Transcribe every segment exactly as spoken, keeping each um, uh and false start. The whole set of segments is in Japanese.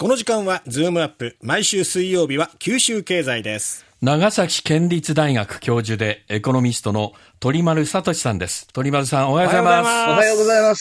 この時間はズームアップ、毎週水曜日は九州経済です。 長崎県立大学教授でエコノミストの鳥丸聡さんです。鳥丸さん、おはようございます。 おはようございます。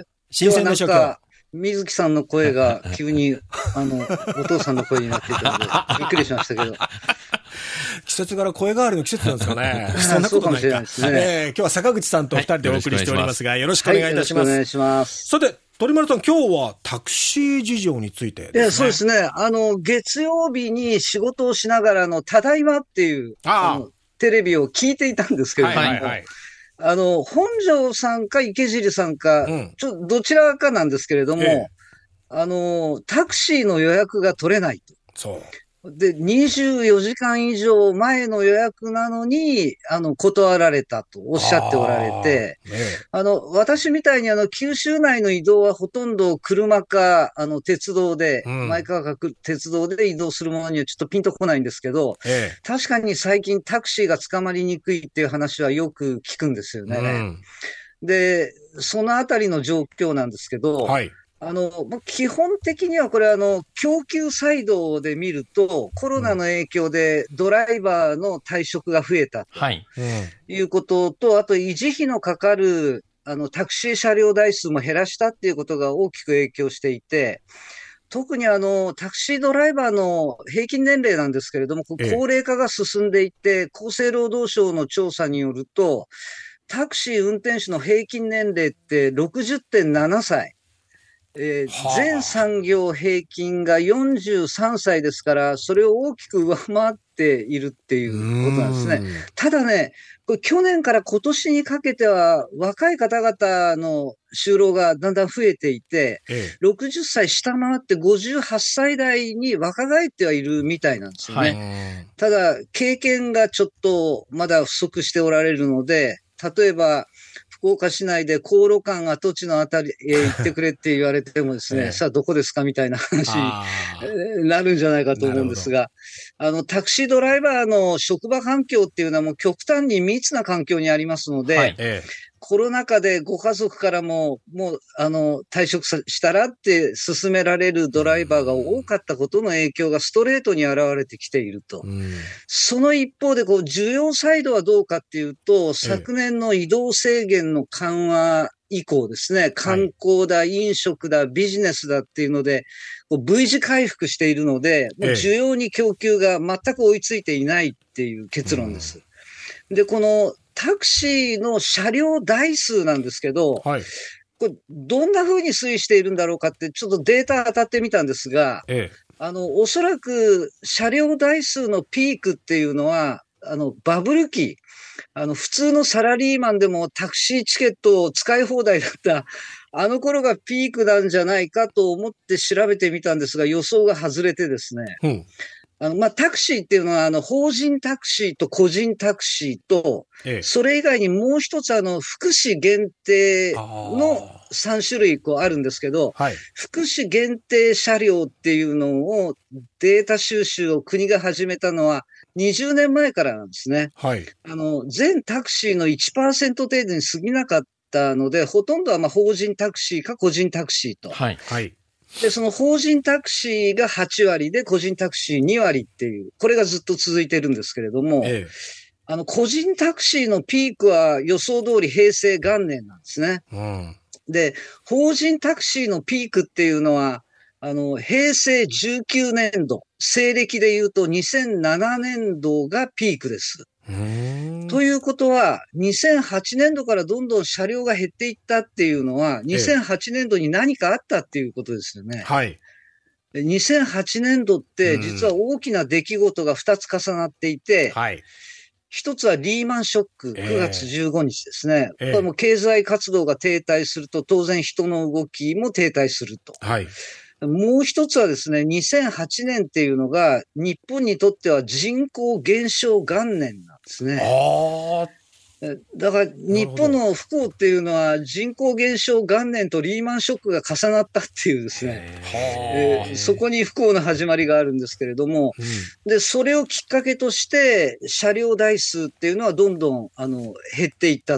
新鮮でしょうか。 水木さんの声が急にあのお父さんの声になっていたのでびっくりしましたけど。 季節柄声変わりの季節なんですかね。 そんなことないか。そうかもしれないですね。 えー、今日は坂口さんと二人でお送りしておりますが、はい、よろしくお願いいたします。 はい、よろしくお願いします。 さて、鳥丸さん、今日はタクシー事情についてですね。 いや、そうですね。あの、月曜日に仕事をしながらのただいまっていう、あのテレビを聞いていたんですけれども、はいはいはい、あの、本庄さんか池尻さんか、うん、ちょどちらかなんですけれども、ええ、あの、タクシーの予約が取れないと。 そう。 で、にじゅうよじかん以上前の予約なのに、あの、断られたとおっしゃっておられて、あ,、ね、あの、私みたいにあの、九州内の移動はほとんど車か、あの、鉄道で、うん、マイカーか鉄道で移動するものにはちょっとピンとこないんですけど、ええ、確かに最近タクシーが捕まりにくいっていう話はよく聞くんですよね。うん、で、そのあたりの状況なんですけど、はい、あの、基本的にはこれあの、供給サイドで見ると、コロナの影響でドライバーの退職が増えたということと、はい、あと維持費のかかるあの、タクシー車両台数も減らしたっていうことが大きく影響していて、特にあの、タクシードライバーの平均年齢なんですけれども、高齢化が進んでいて、厚生労働省の調査によると、タクシー運転手の平均年齢ってろくじゅってんななさい。えー、全産業平均がよんじゅうさんさいですから、それを大きく上回っているっていうことなんですね。ただね、これ去年から今年にかけては、若い方々の就労がだんだん増えていて、ええ、ろくじゅっさい下回ってごじゅうはっさい代に若返ってはいるみたいなんですよね。はい、ただ、経験がちょっとまだ不足しておられるので、例えば、福岡市内で航路間跡地のあたりへ行ってくれって言われてもですね、ええ、さあどこですかみたいな話になるんじゃないかと思うんですが、あの、タクシードライバーの職場環境っていうのはもう極端に密な環境にありますので、はいええ、コロナ禍でご家族からも、もう、あの、退職したらって勧められるドライバーが多かったことの影響がストレートに現れてきていると。その一方で、こう、需要サイドはどうかっていうと、昨年の移動制限の緩和以降ですね、観光だ、飲食だ、ビジネスだっていうので、こう V 字回復しているので、もう需要に供給が全く追いついていないっていう結論です。で、この、タクシーの車両台数なんですけど、はい、これどんな風に推移しているんだろうかってちょっとデータ当たってみたんですが、ええ、あの、おそらく車両台数のピークっていうのは、あの、バブル期、あの、普通のサラリーマンでもタクシーチケットを使い放題だった、あの頃がピークなんじゃないかと思って調べてみたんですが、予想が外れてですね、うんあの、まあ、タクシーっていうのは、あの、法人タクシーと個人タクシーと、ええ、それ以外にもう一つ、あの、福祉限定のさんしゅるいこうあるんですけど、はい、福祉限定車両っていうのを、データ収集を国が始めたのはにじゅうねんまえからなんですね。はい、あの、全タクシーの いちパーセント 程度に過ぎなかったので、ほとんどはまあ法人タクシーか個人タクシーと。はい。はいで、その法人タクシーがはちわりで、個人タクシーにわりっていう、これがずっと続いてるんですけれども、ええ、あの、個人タクシーのピークは予想通り平成元年なんですね。うん、で、法人タクシーのピークっていうのは、あの、平成じゅうきゅうねんど、西暦で言うとにせんななねんどがピークです。ということは、にせんはちねんどからどんどん車両が減っていったっていうのは、にせんはちねんどに何かあったっていうことですよね。はい。にせんはちねんどって実は大きな出来事がふたつ重なっていて、はい。一つはリーマンショック、くがつじゅうごにちですね。えー、これも経済活動が停滞すると、当然人の動きも停滞すると。はい。もう一つはですね、にせんはちねんっていうのが、日本にとっては人口減少元年なんですね。あだから、日本の不幸っていうのは人口減少元年とリーマンショックが重なったっていうですね、えー、そこに不幸な始まりがあるんですけれども、うん、で、それをきっかけとして、車両台数っていうのはどんどん、あの、減っていったと。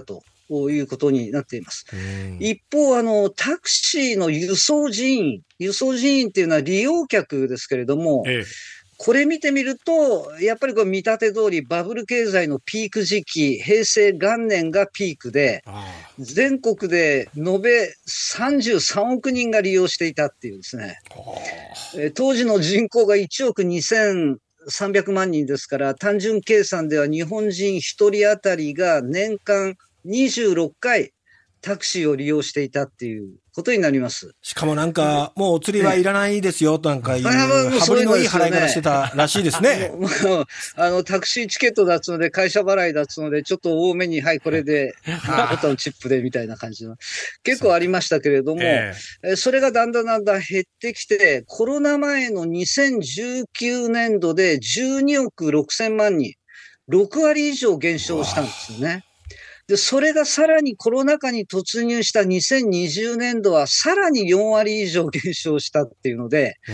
いうことになっています。一方、あの、タクシーの輸送人員、輸送人員っていうのは利用客ですけれども、ええ、これ見てみると、やっぱりこう見立て通りバブル経済のピーク時期、平成元年がピークで、全国で延べさんじゅうさんおくにんが利用していたっていうですね。当時の人口がいちおくにせんさんびゃくまんにんですから、単純計算では日本人ひとり当たりが年間にじゅうろっかいタクシーを利用していたっていうことになります。 しかもなんか、もうお釣りはいらないですよとなんかいう、羽振りのいい払い方してたらしいですね。 あの、タクシーチケットだつので、会社払いだつので、ちょっと多めに、はい、これで、ボタンチップでみたいな感じの。結構ありましたけれども、えー、それがだんだんだんだん減ってきて、コロナ前のにせんじゅうきゅうねんどでじゅうにおくろくせんまんにん、ろくわり以上減少したんですよね。で、それがさらにコロナ禍に突入したにせんにじゅうねんどはさらによんわり以上減少したっていうので、うん、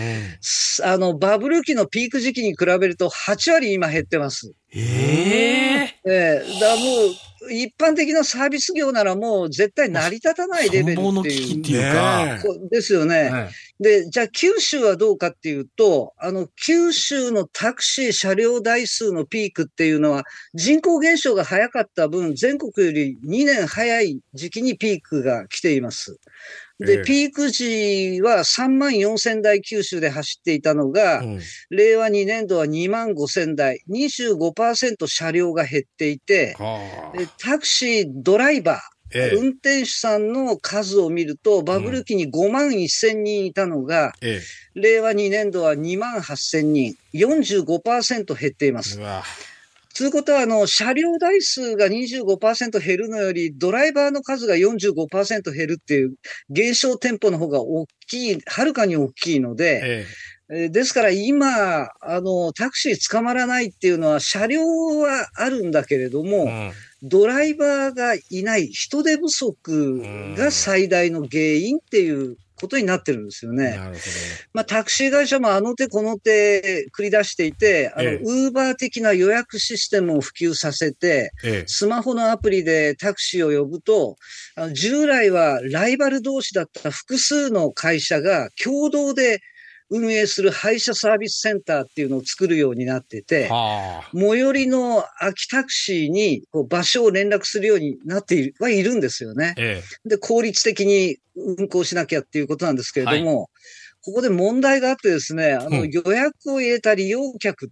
あの、バブル期のピーク時期に比べるとはちわり今減ってます。 ええー、えー、だもう、一般的なサービス業ならもう絶対成り立たないレベルっていう。 存亡の危機っていうか。 ですよね。はい、で、じゃあ九州はどうかっていうと、あの、九州のタクシー車両台数のピークっていうのは人口減少が早かった分、全国よりにねん早い時期にピークが来ています。で、ええ、ピーク時はさんまんよんせんだい九州で走っていたのが、うん、れいわにねんどはにまんごせんだい、にじゅうごパーセント 車両が減っていて、タクシードライバー、ええ、運転手さんの数を見ると、バブル期にごまんせんにんいたのが、ええ、れいわにねんどはにまんはっせんにん、よんじゅうごパーセント 減っています。うわということは、あの、車両台数が にじゅうごパーセント 減るのより、ドライバーの数が よんじゅうごパーセント 減るっていう、減少テンポの方が大きい、はるかに大きいので、ええ、ですから今、あの、タクシー捕まらないっていうのは、車両はあるんだけれども、うん、ドライバーがいない、人手不足が最大の原因っていうことになってるんですよね。なるほど。まあ、タクシー会社もあの手この手繰り出していて、あの、ウーバー的な予約システムを普及させて、ええ、スマホのアプリでタクシーを呼ぶと、あの従来はライバル同士だった複数の会社が共同で運営する配車サービスセンターっていうのを作るようになってて、はあ、最寄りの空きタクシーにこう場所を連絡するようになっているはいるんですよね、ええ。で、効率的に運行しなきゃっていうことなんですけれども、はい、ここで問題があってですね、あの予約を入れた利用客って、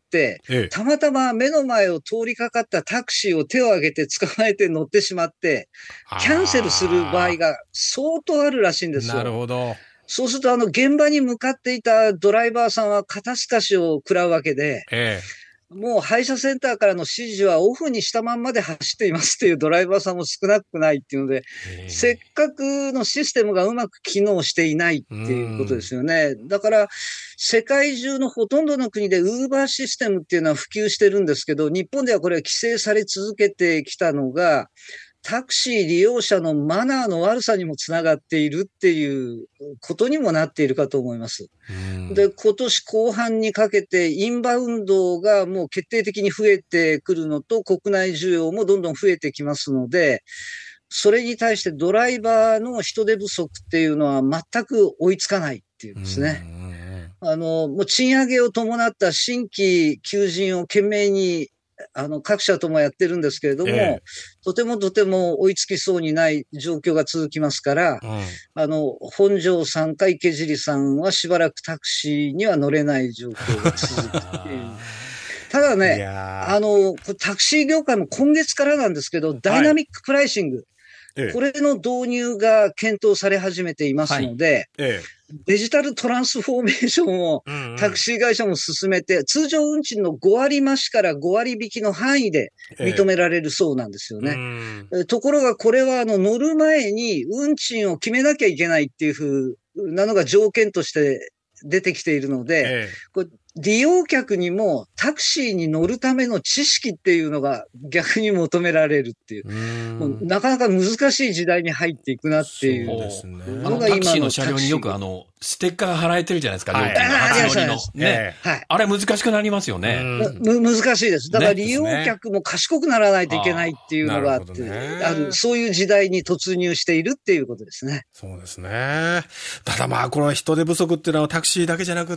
うん、たまたま目の前を通りかかったタクシーを手を挙げて捕まえて乗ってしまって、キャンセルする場合が相当あるらしいんですよ。 なるほど。 そうすると、あの、現場に向かっていたドライバーさんは肩透かしを食らうわけで、ええ、もう配車センターからの指示はオフにしたまんまで走っていますっていうドライバーさんも少なくないっていうので、せっかくのシステムがうまく機能していないっていうことですよね。だから、世界中のほとんどの国でウーバーシステムっていうのは普及してるんですけど、日本ではこれは規制され続けてきたのが、タクシー利用者のマナーの悪さにもつながっているっていうことにもなっているかと思います。で、今年後半にかけてインバウンドがもう決定的に増えてくるのと、国内需要もどんどん増えてきますので、それに対してドライバーの人手不足っていうのは全く追いつかないっていうんですね。あの、もう賃上げを伴った新規求人を懸命にあの、各社ともやってるんですけれども、ええ、とてもとても追いつきそうにない状況が続きますから、うん、あの、本庄さんか池尻さんはしばらくタクシーには乗れない状況が続くっていう。ただね、あの、タクシー業界も今月からなんですけど、ダイナミックプライシング、はいこれの導入が検討され始めていますので、はいええ、デジタルトランスフォーメーションをタクシー会社も進めて、うんうん、通常運賃のごわり増しからごわり引きの範囲で認められるそうなんですよね。ええ、ところがこれはあの乗る前に運賃を決めなきゃいけないっていうふうなのが条件として出てきているので、ええ、これ利用客にもタクシーに乗るための知識っていうのが逆に求められるっていう、うもうなかなか難しい時代に入っていくなっていう。 そうですね。あのタクシーの車両によくあの、ステッカー貼られてるじゃないですか、 はい、 料金の初乗りの。 ね、はい。 あれ難しくなりますよね。 む、難しいです。だから利用客も賢くならないといけないっていうのがあって、ね、ある、そういう時代に突入しているっていうことですね。 そうですね。ただまあ、この人手不足っていうのはタクシーだけじゃなくって、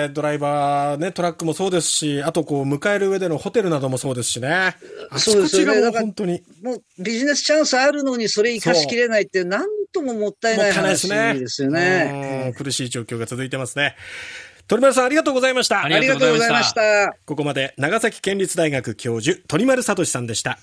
ドライバーね、トラックもそうですし、あとこう、迎える上でのホテルなどもそうですしね。あちこちがもう本当に。 もうビジネスチャンスあるのにそれ生かしきれないって、なんとももったいない話ですよね。 苦しい状況が続いてますね。鳥丸さんありがとうございました。 ありがとうございました。 ここまで長崎県立大学教授鳥丸聡さんでした。